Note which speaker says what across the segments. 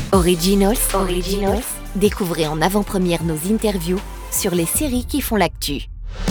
Speaker 1: Originals. Découvrez en avant-première nos interviews sur les séries qui font l'actu.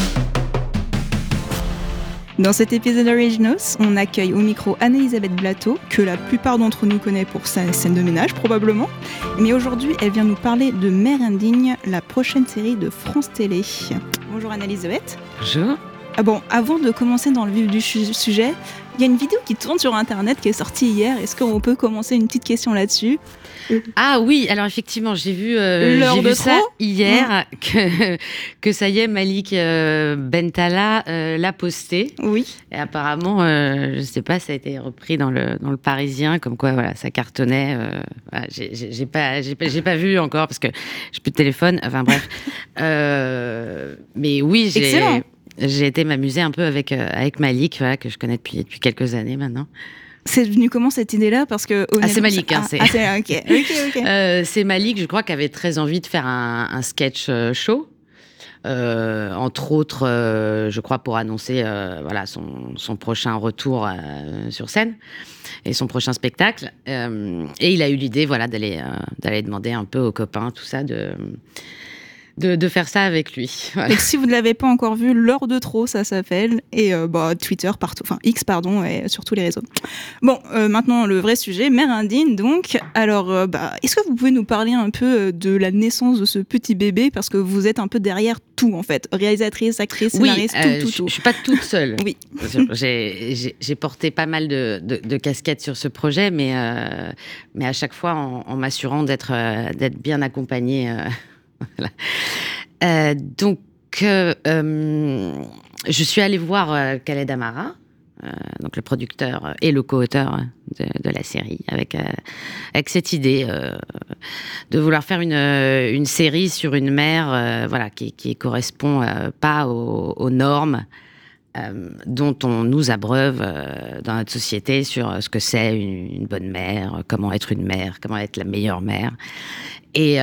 Speaker 2: Dans cet épisode Originals, on accueille au micro Anne-Elisabeth Blateau, que la plupart d'entre nous connaît pour sa scène de ménage probablement. Mais aujourd'hui, elle vient nous parler de Mère indigne, la prochaine série de France Télé. Bonjour Anne-Elisabeth.
Speaker 3: Bonjour.
Speaker 2: Avant de commencer dans le vif du sujet, il y a une vidéo qui tourne sur Internet qui est sortie hier. Est-ce qu'on peut commencer une petite question là-dessus ?
Speaker 3: Ah oui, alors effectivement, j'ai vu ça hier, que ça y est, Malik Bentala l'a posté.
Speaker 2: Oui.
Speaker 3: Et apparemment, je sais pas, ça a été repris dans le Parisien, comme quoi voilà, ça cartonnait. Voilà, j'ai pas vu encore parce que j'ai plus de téléphone. Enfin bref. Mais oui, j'ai été m'amuser un peu avec Malik, voilà, que je connais depuis quelques années maintenant.
Speaker 2: C'est venu comment cette idée-là ? Parce que
Speaker 3: c'est Malik.
Speaker 2: Ok.
Speaker 3: C'est Malik, je crois, qui avait très envie de faire un sketch show. Entre autres, je crois, pour annoncer voilà, son prochain retour sur scène et son prochain spectacle. Et il a eu l'idée voilà, d'aller demander un peu aux copains, tout ça, de faire ça avec lui. Voilà.
Speaker 2: Et si vous ne l'avez pas encore vu, l'heure de trop, ça s'appelle. Et Twitter, partout, enfin X, pardon, et sur tous les réseaux. Bon, maintenant, le vrai sujet, Mère indigne, donc. Alors, est-ce que vous pouvez nous parler un peu de la naissance de ce petit bébé ? Parce que vous êtes un peu derrière tout, en fait. Réalisatrice, actrice, scénariste, tout.
Speaker 3: Je ne suis pas toute seule.
Speaker 2: Oui.
Speaker 3: J'ai porté pas mal de casquettes sur ce projet, mais à chaque fois en m'assurant d'être bien accompagnée. Voilà. Donc, je suis allée voir Khaled Amara, donc le producteur et le co-auteur de la série, avec cette idée de vouloir faire une série sur une mère, voilà, qui correspond pas aux normes dont on nous abreuve dans notre société sur ce que c'est une bonne mère, comment être une mère, comment être la meilleure mère. Et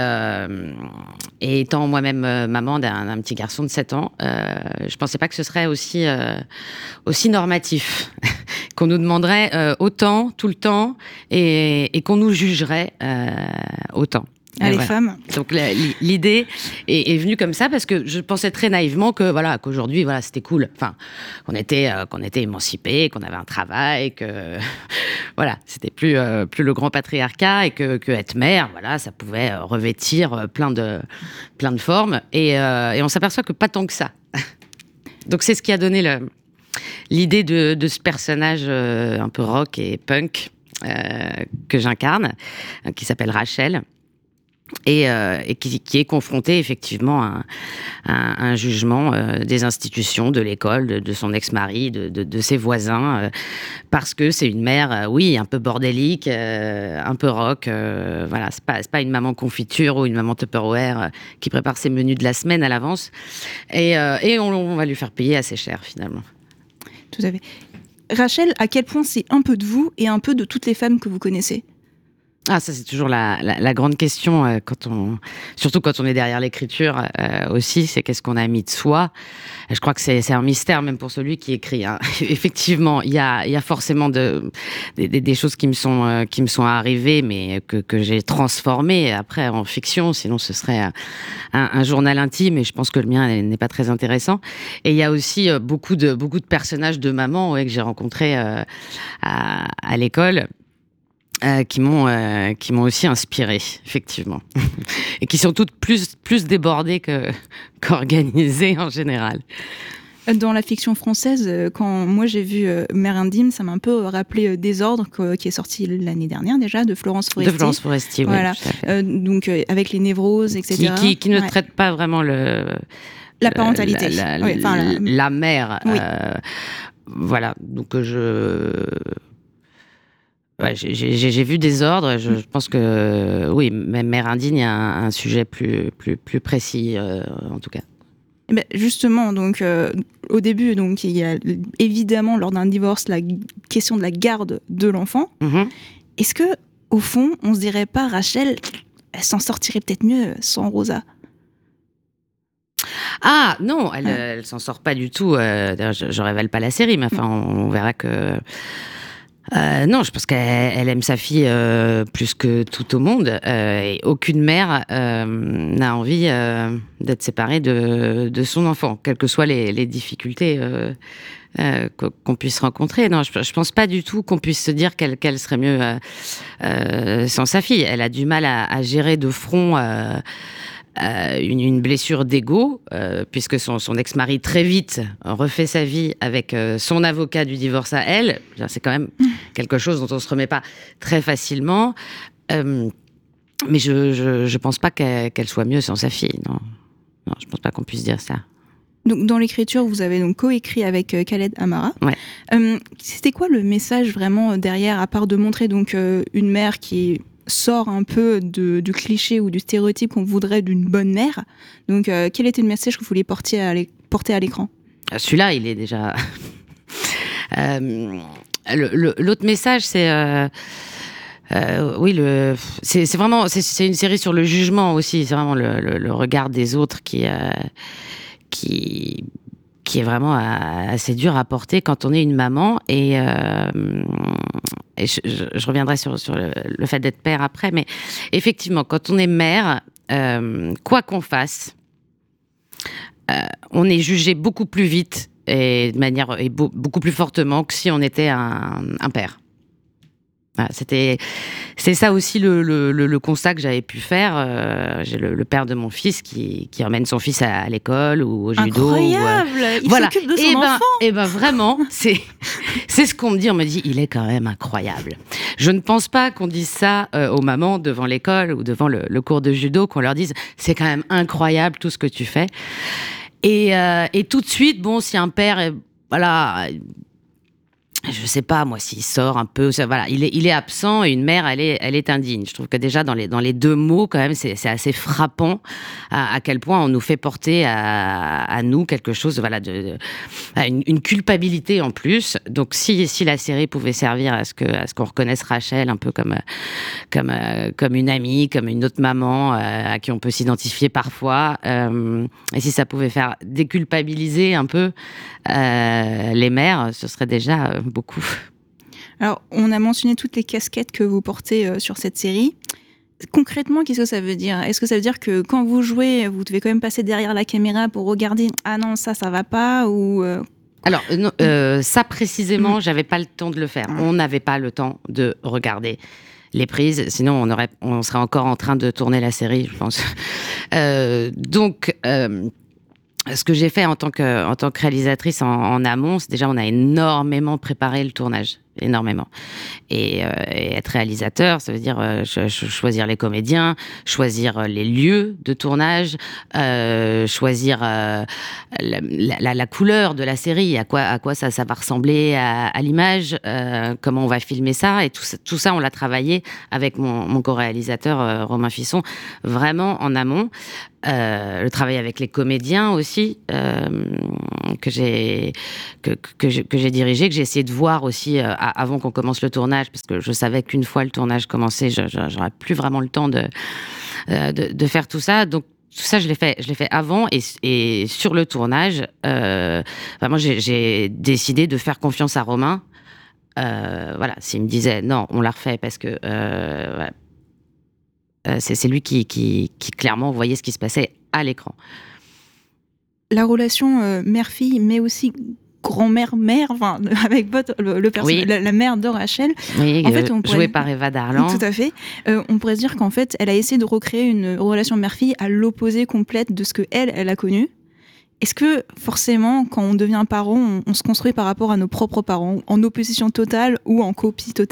Speaker 3: étant moi-même maman d'un petit garçon de 7 ans, je pensais pas que ce serait aussi normatif, qu'on nous demanderait autant, tout le temps, et qu'on nous jugerait autant.
Speaker 2: Les femmes.
Speaker 3: Donc l'idée est venue comme ça parce que je pensais très naïvement qu'aujourd'hui voilà, c'était cool, enfin qu'on était émancipés, qu'on avait un travail, que voilà, c'était plus le grand patriarcat et que être mère, voilà, ça pouvait revêtir plein de formes et on s'aperçoit que pas tant que ça. Donc c'est ce qui a donné l'idée de ce personnage un peu rock et punk que j'incarne, qui s'appelle Rachel. Et qui est confronté effectivement à un jugement des institutions, de l'école, de son ex-mari, de ses voisins, parce que c'est une mère, oui, un peu bordélique, un peu rock. Voilà, c'est pas une maman confiture ou une maman Tupperware qui prépare ses menus de la semaine à l'avance. Et on va lui faire payer assez cher finalement.
Speaker 2: Tout à fait. Rachel, à quel point c'est un peu de vous et un peu de toutes les femmes que vous connaissez ?
Speaker 3: Ah, ça c'est toujours la grande question surtout quand on est derrière l'écriture aussi, c'est qu'est-ce qu'on a mis de soi. Je crois que c'est un mystère même pour celui qui écrit. Hein. Effectivement, il y a forcément des choses qui me sont arrivées, mais que j'ai transformées après en fiction. Sinon, ce serait un journal intime, et je pense que le mien n'est pas très intéressant. Et il y a aussi beaucoup de personnages de maman que j'ai rencontrés à l'école. Qui m'ont aussi inspirée, effectivement, et qui sont toutes plus débordées qu'organisées en général.
Speaker 2: Dans la fiction française, quand moi j'ai vu Mère indigne, ça m'a un peu rappelé Désordre, qui est sorti l'année dernière déjà, de Florence Foresti.
Speaker 3: De Florence Foresti, oui,
Speaker 2: voilà.
Speaker 3: Tout à fait.
Speaker 2: Donc avec les névroses, etc.
Speaker 3: Qui ne traite pas vraiment la
Speaker 2: parentalité.
Speaker 3: La mère.
Speaker 2: Oui.
Speaker 3: Voilà, donc Ouais, j'ai vu Désordre. Je pense que oui, même Mère indigne a un sujet plus précis en tout cas.
Speaker 2: Ben justement, donc au début, donc il y a évidemment lors d'un divorce la question de la garde de l'enfant.
Speaker 3: Mm-hmm.
Speaker 2: Est-ce que au fond, on se dirait pas, Rachel, elle s'en sortirait peut-être mieux sans Rosa ?
Speaker 3: Ah non, elle s'en sort pas du tout. D'ailleurs, je révèle pas la série, mais enfin, on verra que Non, je pense qu'elle aime sa fille plus que tout au monde. Et aucune mère n'a envie d'être séparée de son enfant, quelles que soient les difficultés qu'on puisse rencontrer. Non, je pense pas du tout qu'on puisse se dire qu'elle serait mieux sans sa fille. Elle a du mal à gérer de front une blessure d'ego, puisque son ex-mari très vite refait sa vie avec son avocat du divorce à elle. C'est quand même quelque chose dont on se remet pas très facilement. Mais je pense pas qu'elle soit mieux sans sa fille. Non, je pense pas qu'on puisse dire ça.
Speaker 2: Donc, dans l'écriture, vous avez donc coécrit avec Khaled Amara.
Speaker 3: Ouais.
Speaker 2: C'était quoi le message vraiment derrière, à part de montrer donc une mère qui sort un peu du cliché ou du stéréotype qu'on voudrait d'une bonne mère. Donc, quel était le message que vous vouliez porter à l'écran ?
Speaker 3: Celui-là, il est déjà... L'autre message, c'est... oui, c'est vraiment... C'est une série sur le jugement aussi. C'est vraiment le regard des autres qui est vraiment assez dur à porter quand on est une maman. Et je reviendrai sur le fait d'être père après, mais effectivement, quand on est mère, quoi qu'on fasse, on est jugé beaucoup plus vite et de manière beaucoup plus fortement que si on était un père. Voilà, c'est ça aussi le constat que j'avais pu faire. J'ai le père de mon fils qui emmène son fils à l'école ou au judo.
Speaker 2: Incroyable, il s'occupe de son enfant.
Speaker 3: Et ben vraiment, c'est ce qu'on me dit. On me dit, il est quand même incroyable. Je ne pense pas qu'on dise ça aux mamans devant l'école ou devant le cours de judo, qu'on leur dise, c'est quand même incroyable tout ce que tu fais. Et tout de suite, bon, si un père, voilà. Je sais pas, moi, s'il sort un peu, voilà, il est absent et une mère, elle est indigne. Je trouve que déjà, dans les deux mots, quand même, c'est assez frappant à quel point on nous fait porter à nous quelque chose, voilà, une culpabilité en plus. Donc, si la série pouvait servir à ce qu'on reconnaisse Rachel un peu comme une amie, comme une autre maman à qui on peut s'identifier parfois, et si ça pouvait faire déculpabiliser un peu les mères, ce serait déjà beaucoup.
Speaker 2: Alors, on a mentionné toutes les casquettes que vous portez sur cette série. Concrètement, qu'est-ce que ça veut dire ? Est-ce que ça veut dire que quand vous jouez, vous devez quand même passer derrière la caméra pour regarder « Ah non, ça va pas » ou
Speaker 3: Alors, non, ça précisément, j'avais pas le temps de le faire. On n'avait pas le temps de regarder les prises, sinon on serait encore en train de tourner la série, je pense. Donc... ce que j'ai fait en tant que réalisatrice en amont, c'est déjà on a énormément préparé le tournage, énormément. Et être réalisateur, ça veut dire choisir les comédiens, choisir les lieux de tournage, choisir la couleur de la série, à quoi ça va ressembler à l'image, comment on va filmer ça, et tout ça on l'a travaillé avec mon co-réalisateur Romain Fisson, vraiment en amont. Le travail avec les comédiens aussi que j'ai dirigé, que j'ai essayé de voir aussi avant qu'on commence le tournage, parce que je savais qu'une fois le tournage commencé, j'aurais plus vraiment le temps de faire tout ça. Donc tout ça, je l'ai fait avant, et sur le tournage, vraiment j'ai décidé de faire confiance à Romain. Voilà, s'il me disait non, on l'a refait parce que voilà. C'est lui qui clairement voyait ce qui se passait à l'écran.
Speaker 2: La relation mère-fille, mais aussi grand-mère-mère, enfin, avec le personnage, oui. la mère de Rachel.
Speaker 3: Oui, en fait, jouée par Eva Darlan.
Speaker 2: Tout à fait. On pourrait se dire qu'en fait, elle a essayé de recréer une relation mère-fille à l'opposé complète de ce qu'elle a connu. Est-ce que, forcément, quand on devient parent, on se construit par rapport à nos propres parents, en opposition totale ou en copie totale ?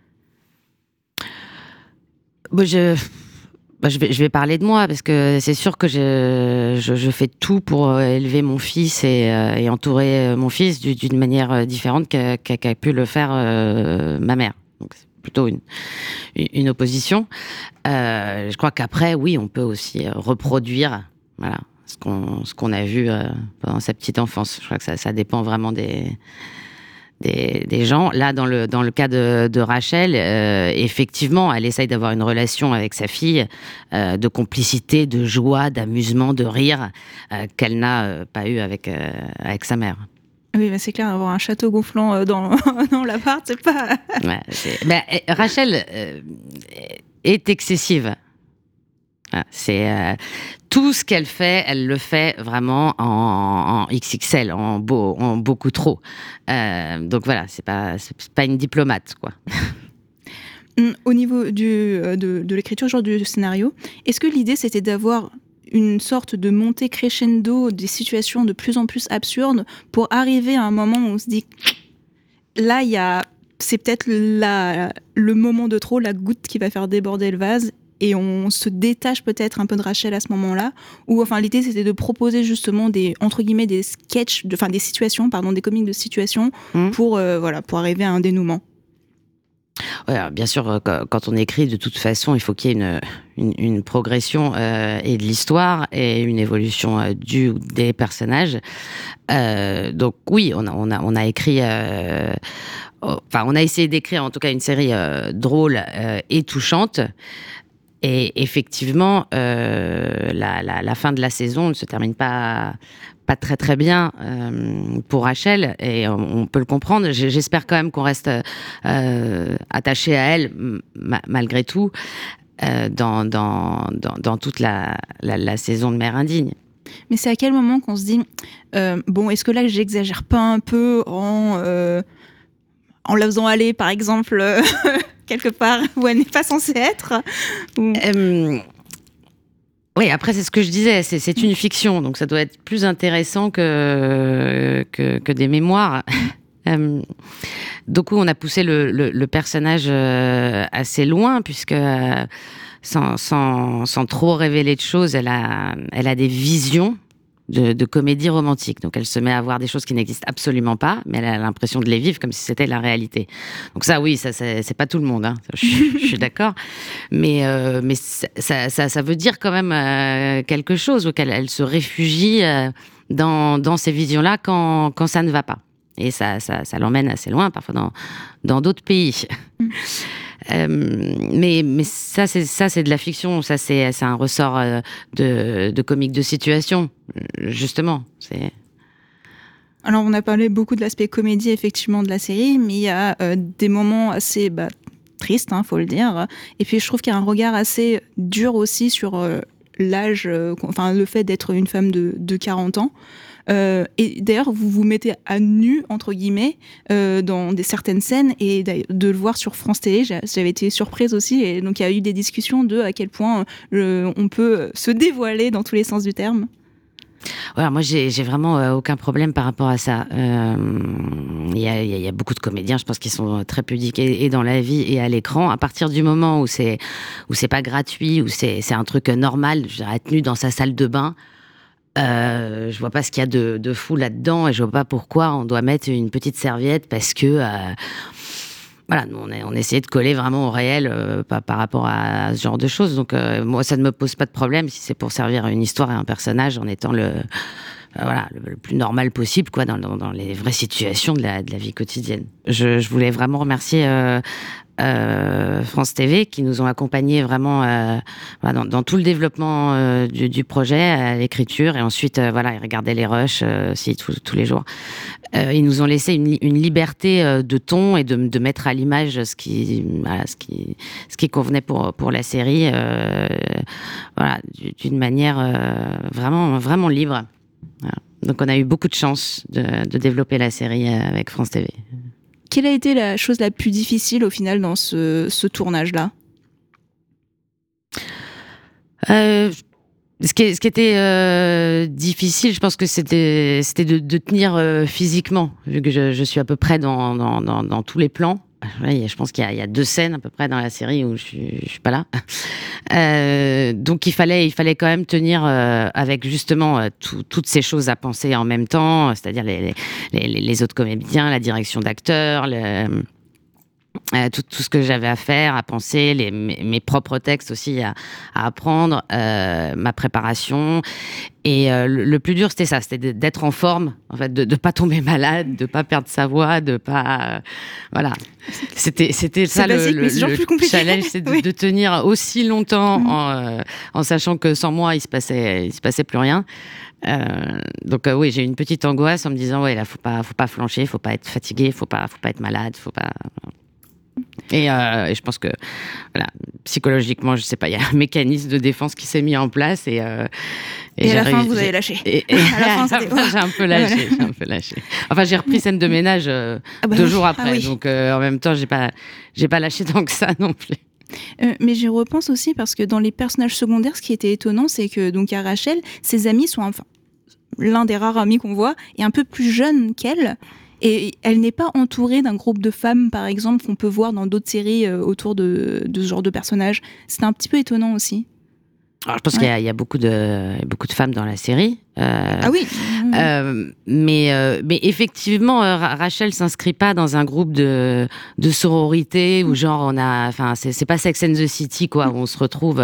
Speaker 3: Je vais parler de moi, parce que c'est sûr que je fais tout pour élever mon fils et entourer mon fils d'une manière différente qu'a pu le faire ma mère. Donc c'est plutôt une opposition. Je crois qu'après, oui, on peut aussi reproduire, voilà, ce qu'on a vu pendant sa petite enfance. Je crois que ça dépend vraiment des gens. Là, dans le cas de Rachel, effectivement, elle essaye d'avoir une relation avec sa fille, de complicité, de joie, d'amusement, de rire, qu'elle n'a pas eu avec sa mère.
Speaker 2: Oui, bah c'est clair, avoir un château gonflant dans, dans l'appart, c'est pas...
Speaker 3: Ouais, Rachel est excessive. C'est tout ce qu'elle fait, elle le fait vraiment en XXL, en beaucoup trop. Donc voilà, c'est pas une diplomate, quoi.
Speaker 2: Au niveau de l'écriture, genre du scénario, est-ce que l'idée c'était d'avoir une sorte de montée crescendo des situations de plus en plus absurdes pour arriver à un moment où on se dit là, c'est peut-être le moment de trop, la goutte qui va faire déborder le vase, et on se détache peut-être un peu de Rachel à ce moment-là, ou enfin l'idée c'était de proposer justement entre guillemets des sketchs, des situations, des comiques de situations pour arriver à un dénouement.
Speaker 3: Ouais, alors, bien sûr, quand on écrit, de toute façon, il faut qu'il y ait une progression et de l'histoire et une évolution des personnages. Donc oui, on a écrit, on a essayé d'écrire en tout cas une série drôle et touchante. Et effectivement, la fin de la saison ne se termine pas très très bien pour Rachel, et on peut le comprendre. J'espère quand même qu'on reste attaché à elle malgré tout dans toute la saison de Mère Indigne.
Speaker 2: Mais c'est à quel moment qu'on se dit est-ce que là j'exagère pas un peu en la faisant aller par exemple quelque part où elle n'est pas censée être
Speaker 3: Oui, après, c'est ce que je disais, c'est une fiction, donc ça doit être plus intéressant que des mémoires. Donc, on a poussé le personnage assez loin, puisque sans trop révéler de choses, elle a des visions de comédie romantique. Donc, elle se met à voir des choses qui n'existent absolument pas, mais elle a l'impression de les vivre comme si c'était la réalité. Donc ça, oui, ça c'est pas tout le monde, hein. Je suis d'accord. Mais ça veut dire quand même quelque chose, qu'elle elle se réfugie dans ces visions-là quand ça ne va pas. Et ça l'emmène assez loin, parfois dans d'autres pays. Mais ça c'est de la fiction, ça c'est un ressort de comique de situation, justement.
Speaker 2: Alors on a parlé beaucoup de l'aspect comédie effectivement de la série, mais il y a des moments assez tristes, faut le dire. Et puis je trouve qu'il y a un regard assez dur aussi sur l'âge, le fait d'être une femme de 40 ans. Et d'ailleurs, vous vous mettez à nu, entre guillemets, dans certaines scènes, et de le voir sur France Télé, j'avais été surprise aussi, et donc il y a eu des discussions de à quel point on peut se dévoiler dans tous les sens du terme.
Speaker 3: Ouais, moi, j'ai vraiment aucun problème par rapport à ça. Il y a beaucoup de comédiens, je pense, qui sont très pudiques et dans la vie et à l'écran. À partir du moment où c'est pas gratuit, où c'est un truc normal, je dirais, être nu dans sa salle de bain, je vois pas ce qu'il y a de fou là-dedans, et je vois pas pourquoi on doit mettre une petite serviette, parce que voilà, nous on essayait de coller vraiment au réel par rapport à ce genre de choses. Donc moi, ça ne me pose pas de problème si c'est pour servir une histoire et un personnage en étant le plus normal possible, quoi, dans les vraies situations de la vie quotidienne. Je voulais vraiment remercier France TV, qui nous ont accompagnés vraiment dans tout le développement du projet, à l'écriture, et ensuite ils regardaient les rushs tous les jours. Ils nous ont laissé une liberté de ton et de mettre à l'image ce qui convenait pour la série, d'une manière vraiment vraiment libre. Voilà. Donc on a eu beaucoup de chance de développer la série avec France TV.
Speaker 2: Quelle a été la chose la plus difficile au final dans ce tournage-là ?
Speaker 3: Ce qui était difficile, je pense que c'était de tenir physiquement, vu que je suis à peu près dans tous les plans. Je pense qu'il y a 2 scènes à peu près dans la série où je suis pas là. Donc il fallait quand même tenir avec justement toutes ces choses à penser en même temps, c'est-à-dire les autres comédiens, la direction d'acteurs, tout ce que j'avais à faire, à penser, mes propres textes aussi à apprendre, ma préparation. Et le plus dur, c'était ça, c'était d'être en forme, en fait, de pas tomber malade, de pas perdre sa voix, de pas, voilà. C'était ça
Speaker 2: basique, mais c'est toujours plus compliqué.
Speaker 3: challenge, c'est de tenir aussi longtemps en sachant que sans moi, il se passait plus rien. Donc oui, j'ai eu une petite angoisse en me disant là, faut pas flancher, faut pas être fatigué, faut pas être malade, faut pas. Et je pense que voilà, psychologiquement, je sais pas, il y a un mécanisme de défense qui s'est mis en place et
Speaker 2: à la fin, vous avez lâché.
Speaker 3: À la fin, j'ai un peu lâché. Enfin, j'ai repris scène de ménage 2 jours après, oui. Donc en même temps, j'ai pas lâché tant que ça non plus.
Speaker 2: Mais j'y repense aussi parce que dans les personnages secondaires, ce qui était étonnant, c'est que donc à Rachel, ses amis sont l'un des rares amis qu'on voit est un peu plus jeune qu'elle. Et elle n'est pas entourée d'un groupe de femmes, par exemple, qu'on peut voir dans d'autres séries autour de ce genre de personnages. C'est un petit peu étonnant aussi.
Speaker 3: Alors, je pense qu'il y a beaucoup de femmes dans la série.
Speaker 2: Ah oui.
Speaker 3: Mais effectivement, Rachel s'inscrit pas dans un groupe de sororité où genre enfin c'est pas Sex and the City quoi, où on se retrouve.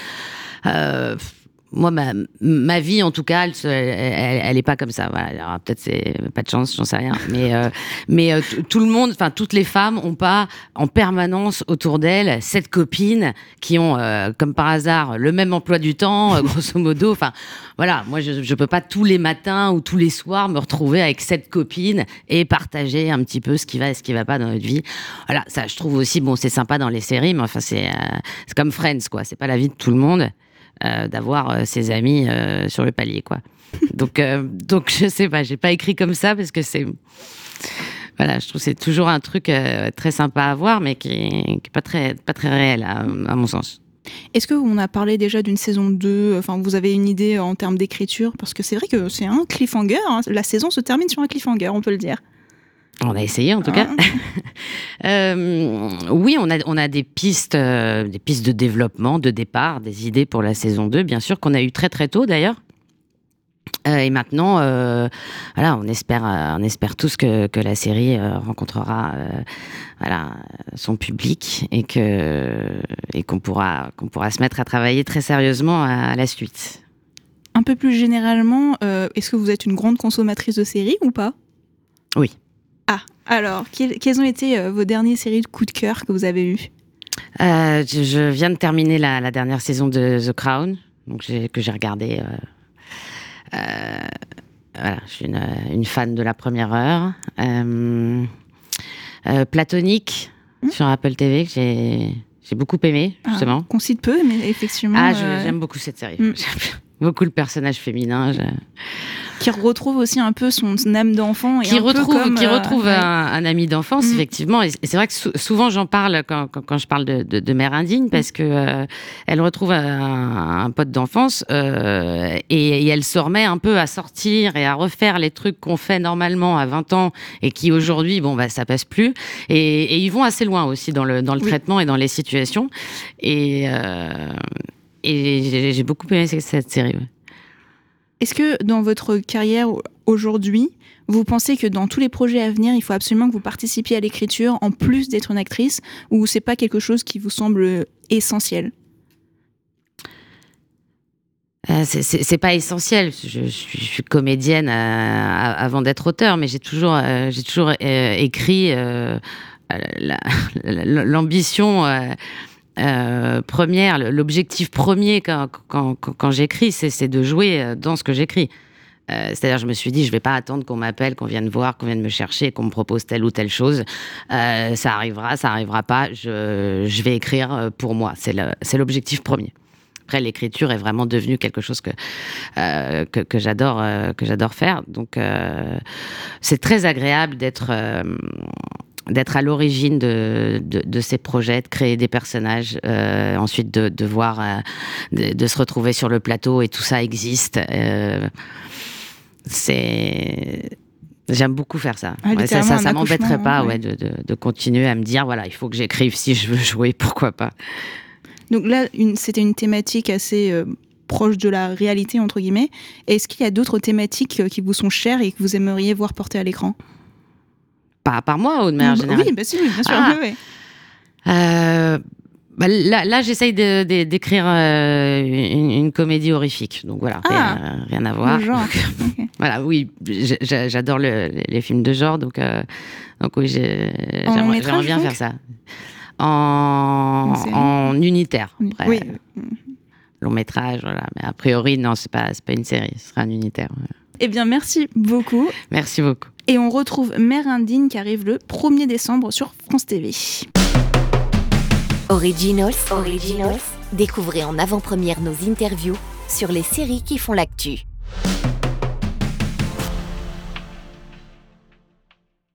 Speaker 3: Moi, ma vie, en tout cas, elle est pas comme ça. Voilà. Alors, peut-être c'est pas de chance, j'en sais rien. Mais tout le monde, enfin, toutes les femmes ont pas en permanence autour d'elles 7 copines qui ont, comme par hasard, le même emploi du temps, grosso modo. Enfin, voilà. Moi, je peux pas tous les matins ou tous les soirs me retrouver avec 7 copines et partager un petit peu ce qui va et ce qui va pas dans notre vie. Voilà. Ça, je trouve aussi, bon, c'est sympa dans les séries, mais enfin, c'est comme Friends, quoi. C'est pas la vie de tout le monde. D'avoir ses amis sur le palier quoi. Donc je sais pas, j'ai pas écrit comme ça parce que c'est voilà, je trouve que c'est toujours un truc très sympa à voir mais qui est pas très réel à mon sens.
Speaker 2: Est-ce qu'on a parlé déjà d'une saison 2 ? Enfin, vous avez une idée en termes d'écriture ? Parce que c'est vrai que c'est un cliffhanger, hein. La saison se termine sur un cliffhanger, on peut le dire.
Speaker 3: On a essayé en tout cas. Oui, on a des pistes de développement, de départ, des idées pour la saison 2, bien sûr, qu'on a eu très très tôt d'ailleurs. Et maintenant, voilà, on espère tous que la série rencontrera son public et qu'on pourra se mettre à travailler très sérieusement à la suite.
Speaker 2: Un peu plus généralement, est-ce que vous êtes une grande consommatrice de séries ou pas ?
Speaker 3: Oui.
Speaker 2: Ah, alors, quelles ont été vos dernières séries de coup de cœur que vous avez eues ?
Speaker 3: Je viens de terminer la dernière saison de The Crown, donc que j'ai regardé. Voilà, je suis une fan de la première heure. Platonique sur Apple TV, que j'ai beaucoup aimé, justement.
Speaker 2: Qu'on cite peu, mais effectivement...
Speaker 3: J'aime beaucoup cette série. J'aime beaucoup le personnage féminin.
Speaker 2: Qui retrouve aussi un peu son âme d'enfant. Qui
Speaker 3: retrouve un ami d'enfance, effectivement. Et c'est vrai que souvent j'en parle quand je parle de Mère Indigne, parce que elle retrouve un pote d'enfance et elle se remet un peu à sortir et à refaire les trucs qu'on fait normalement à 20 ans et qui aujourd'hui, ça passe plus. Et ils vont assez loin aussi dans le traitement et dans les situations. Et j'ai beaucoup aimé cette série. Ouais.
Speaker 2: Est-ce que dans votre carrière aujourd'hui, vous pensez que dans tous les projets à venir, il faut absolument que vous participiez à l'écriture en plus d'être une actrice, ou c'est pas quelque chose qui vous semble essentiel ?
Speaker 3: C'est pas essentiel. Je suis comédienne avant d'être auteure, mais j'ai toujours écrit l'ambition. Première, l'objectif premier quand j'écris, c'est de jouer dans ce que j'écris. C'est-à-dire, je me suis dit, je vais pas attendre qu'on m'appelle, qu'on vienne voir, qu'on vienne me chercher, qu'on me propose telle ou telle chose. Ça arrivera pas. Je vais écrire pour moi. C'est l'objectif premier. Après, l'écriture est vraiment devenue quelque chose que j'adore faire. Donc, c'est très agréable d'être à l'origine de ces projets, de créer des personnages, ensuite de voir, de se retrouver sur le plateau et tout ça existe. J'aime beaucoup faire ça. Ça m'embêterait pas de continuer à me dire, voilà, il faut que j'écrive si je veux jouer, pourquoi pas.
Speaker 2: Donc là, c'était une thématique assez proche de la réalité, entre guillemets. Est-ce qu'il y a d'autres thématiques qui vous sont chères et que vous aimeriez voir portées à l'écran ?
Speaker 3: Par moi ou de manière générale ?
Speaker 2: Oui, bien sûr. Oui.
Speaker 3: Là, j'essaye d'écrire une comédie horrifique, donc voilà, rien à voir.
Speaker 2: Le genre. Okay.
Speaker 3: Voilà, oui, j'adore les films de genre, donc oui, j'aimerais bien faire ça. En unitaire, après.
Speaker 2: Oui.
Speaker 3: Long métrage, voilà. Mais a priori, non, c'est pas une série, ce sera un unitaire.
Speaker 2: Eh bien, merci beaucoup.
Speaker 3: Merci beaucoup.
Speaker 2: Et on retrouve Mère indigne qui arrive le 1er décembre sur France TV.
Speaker 1: Originals. Découvrez en avant-première nos interviews sur les séries qui font l'actu.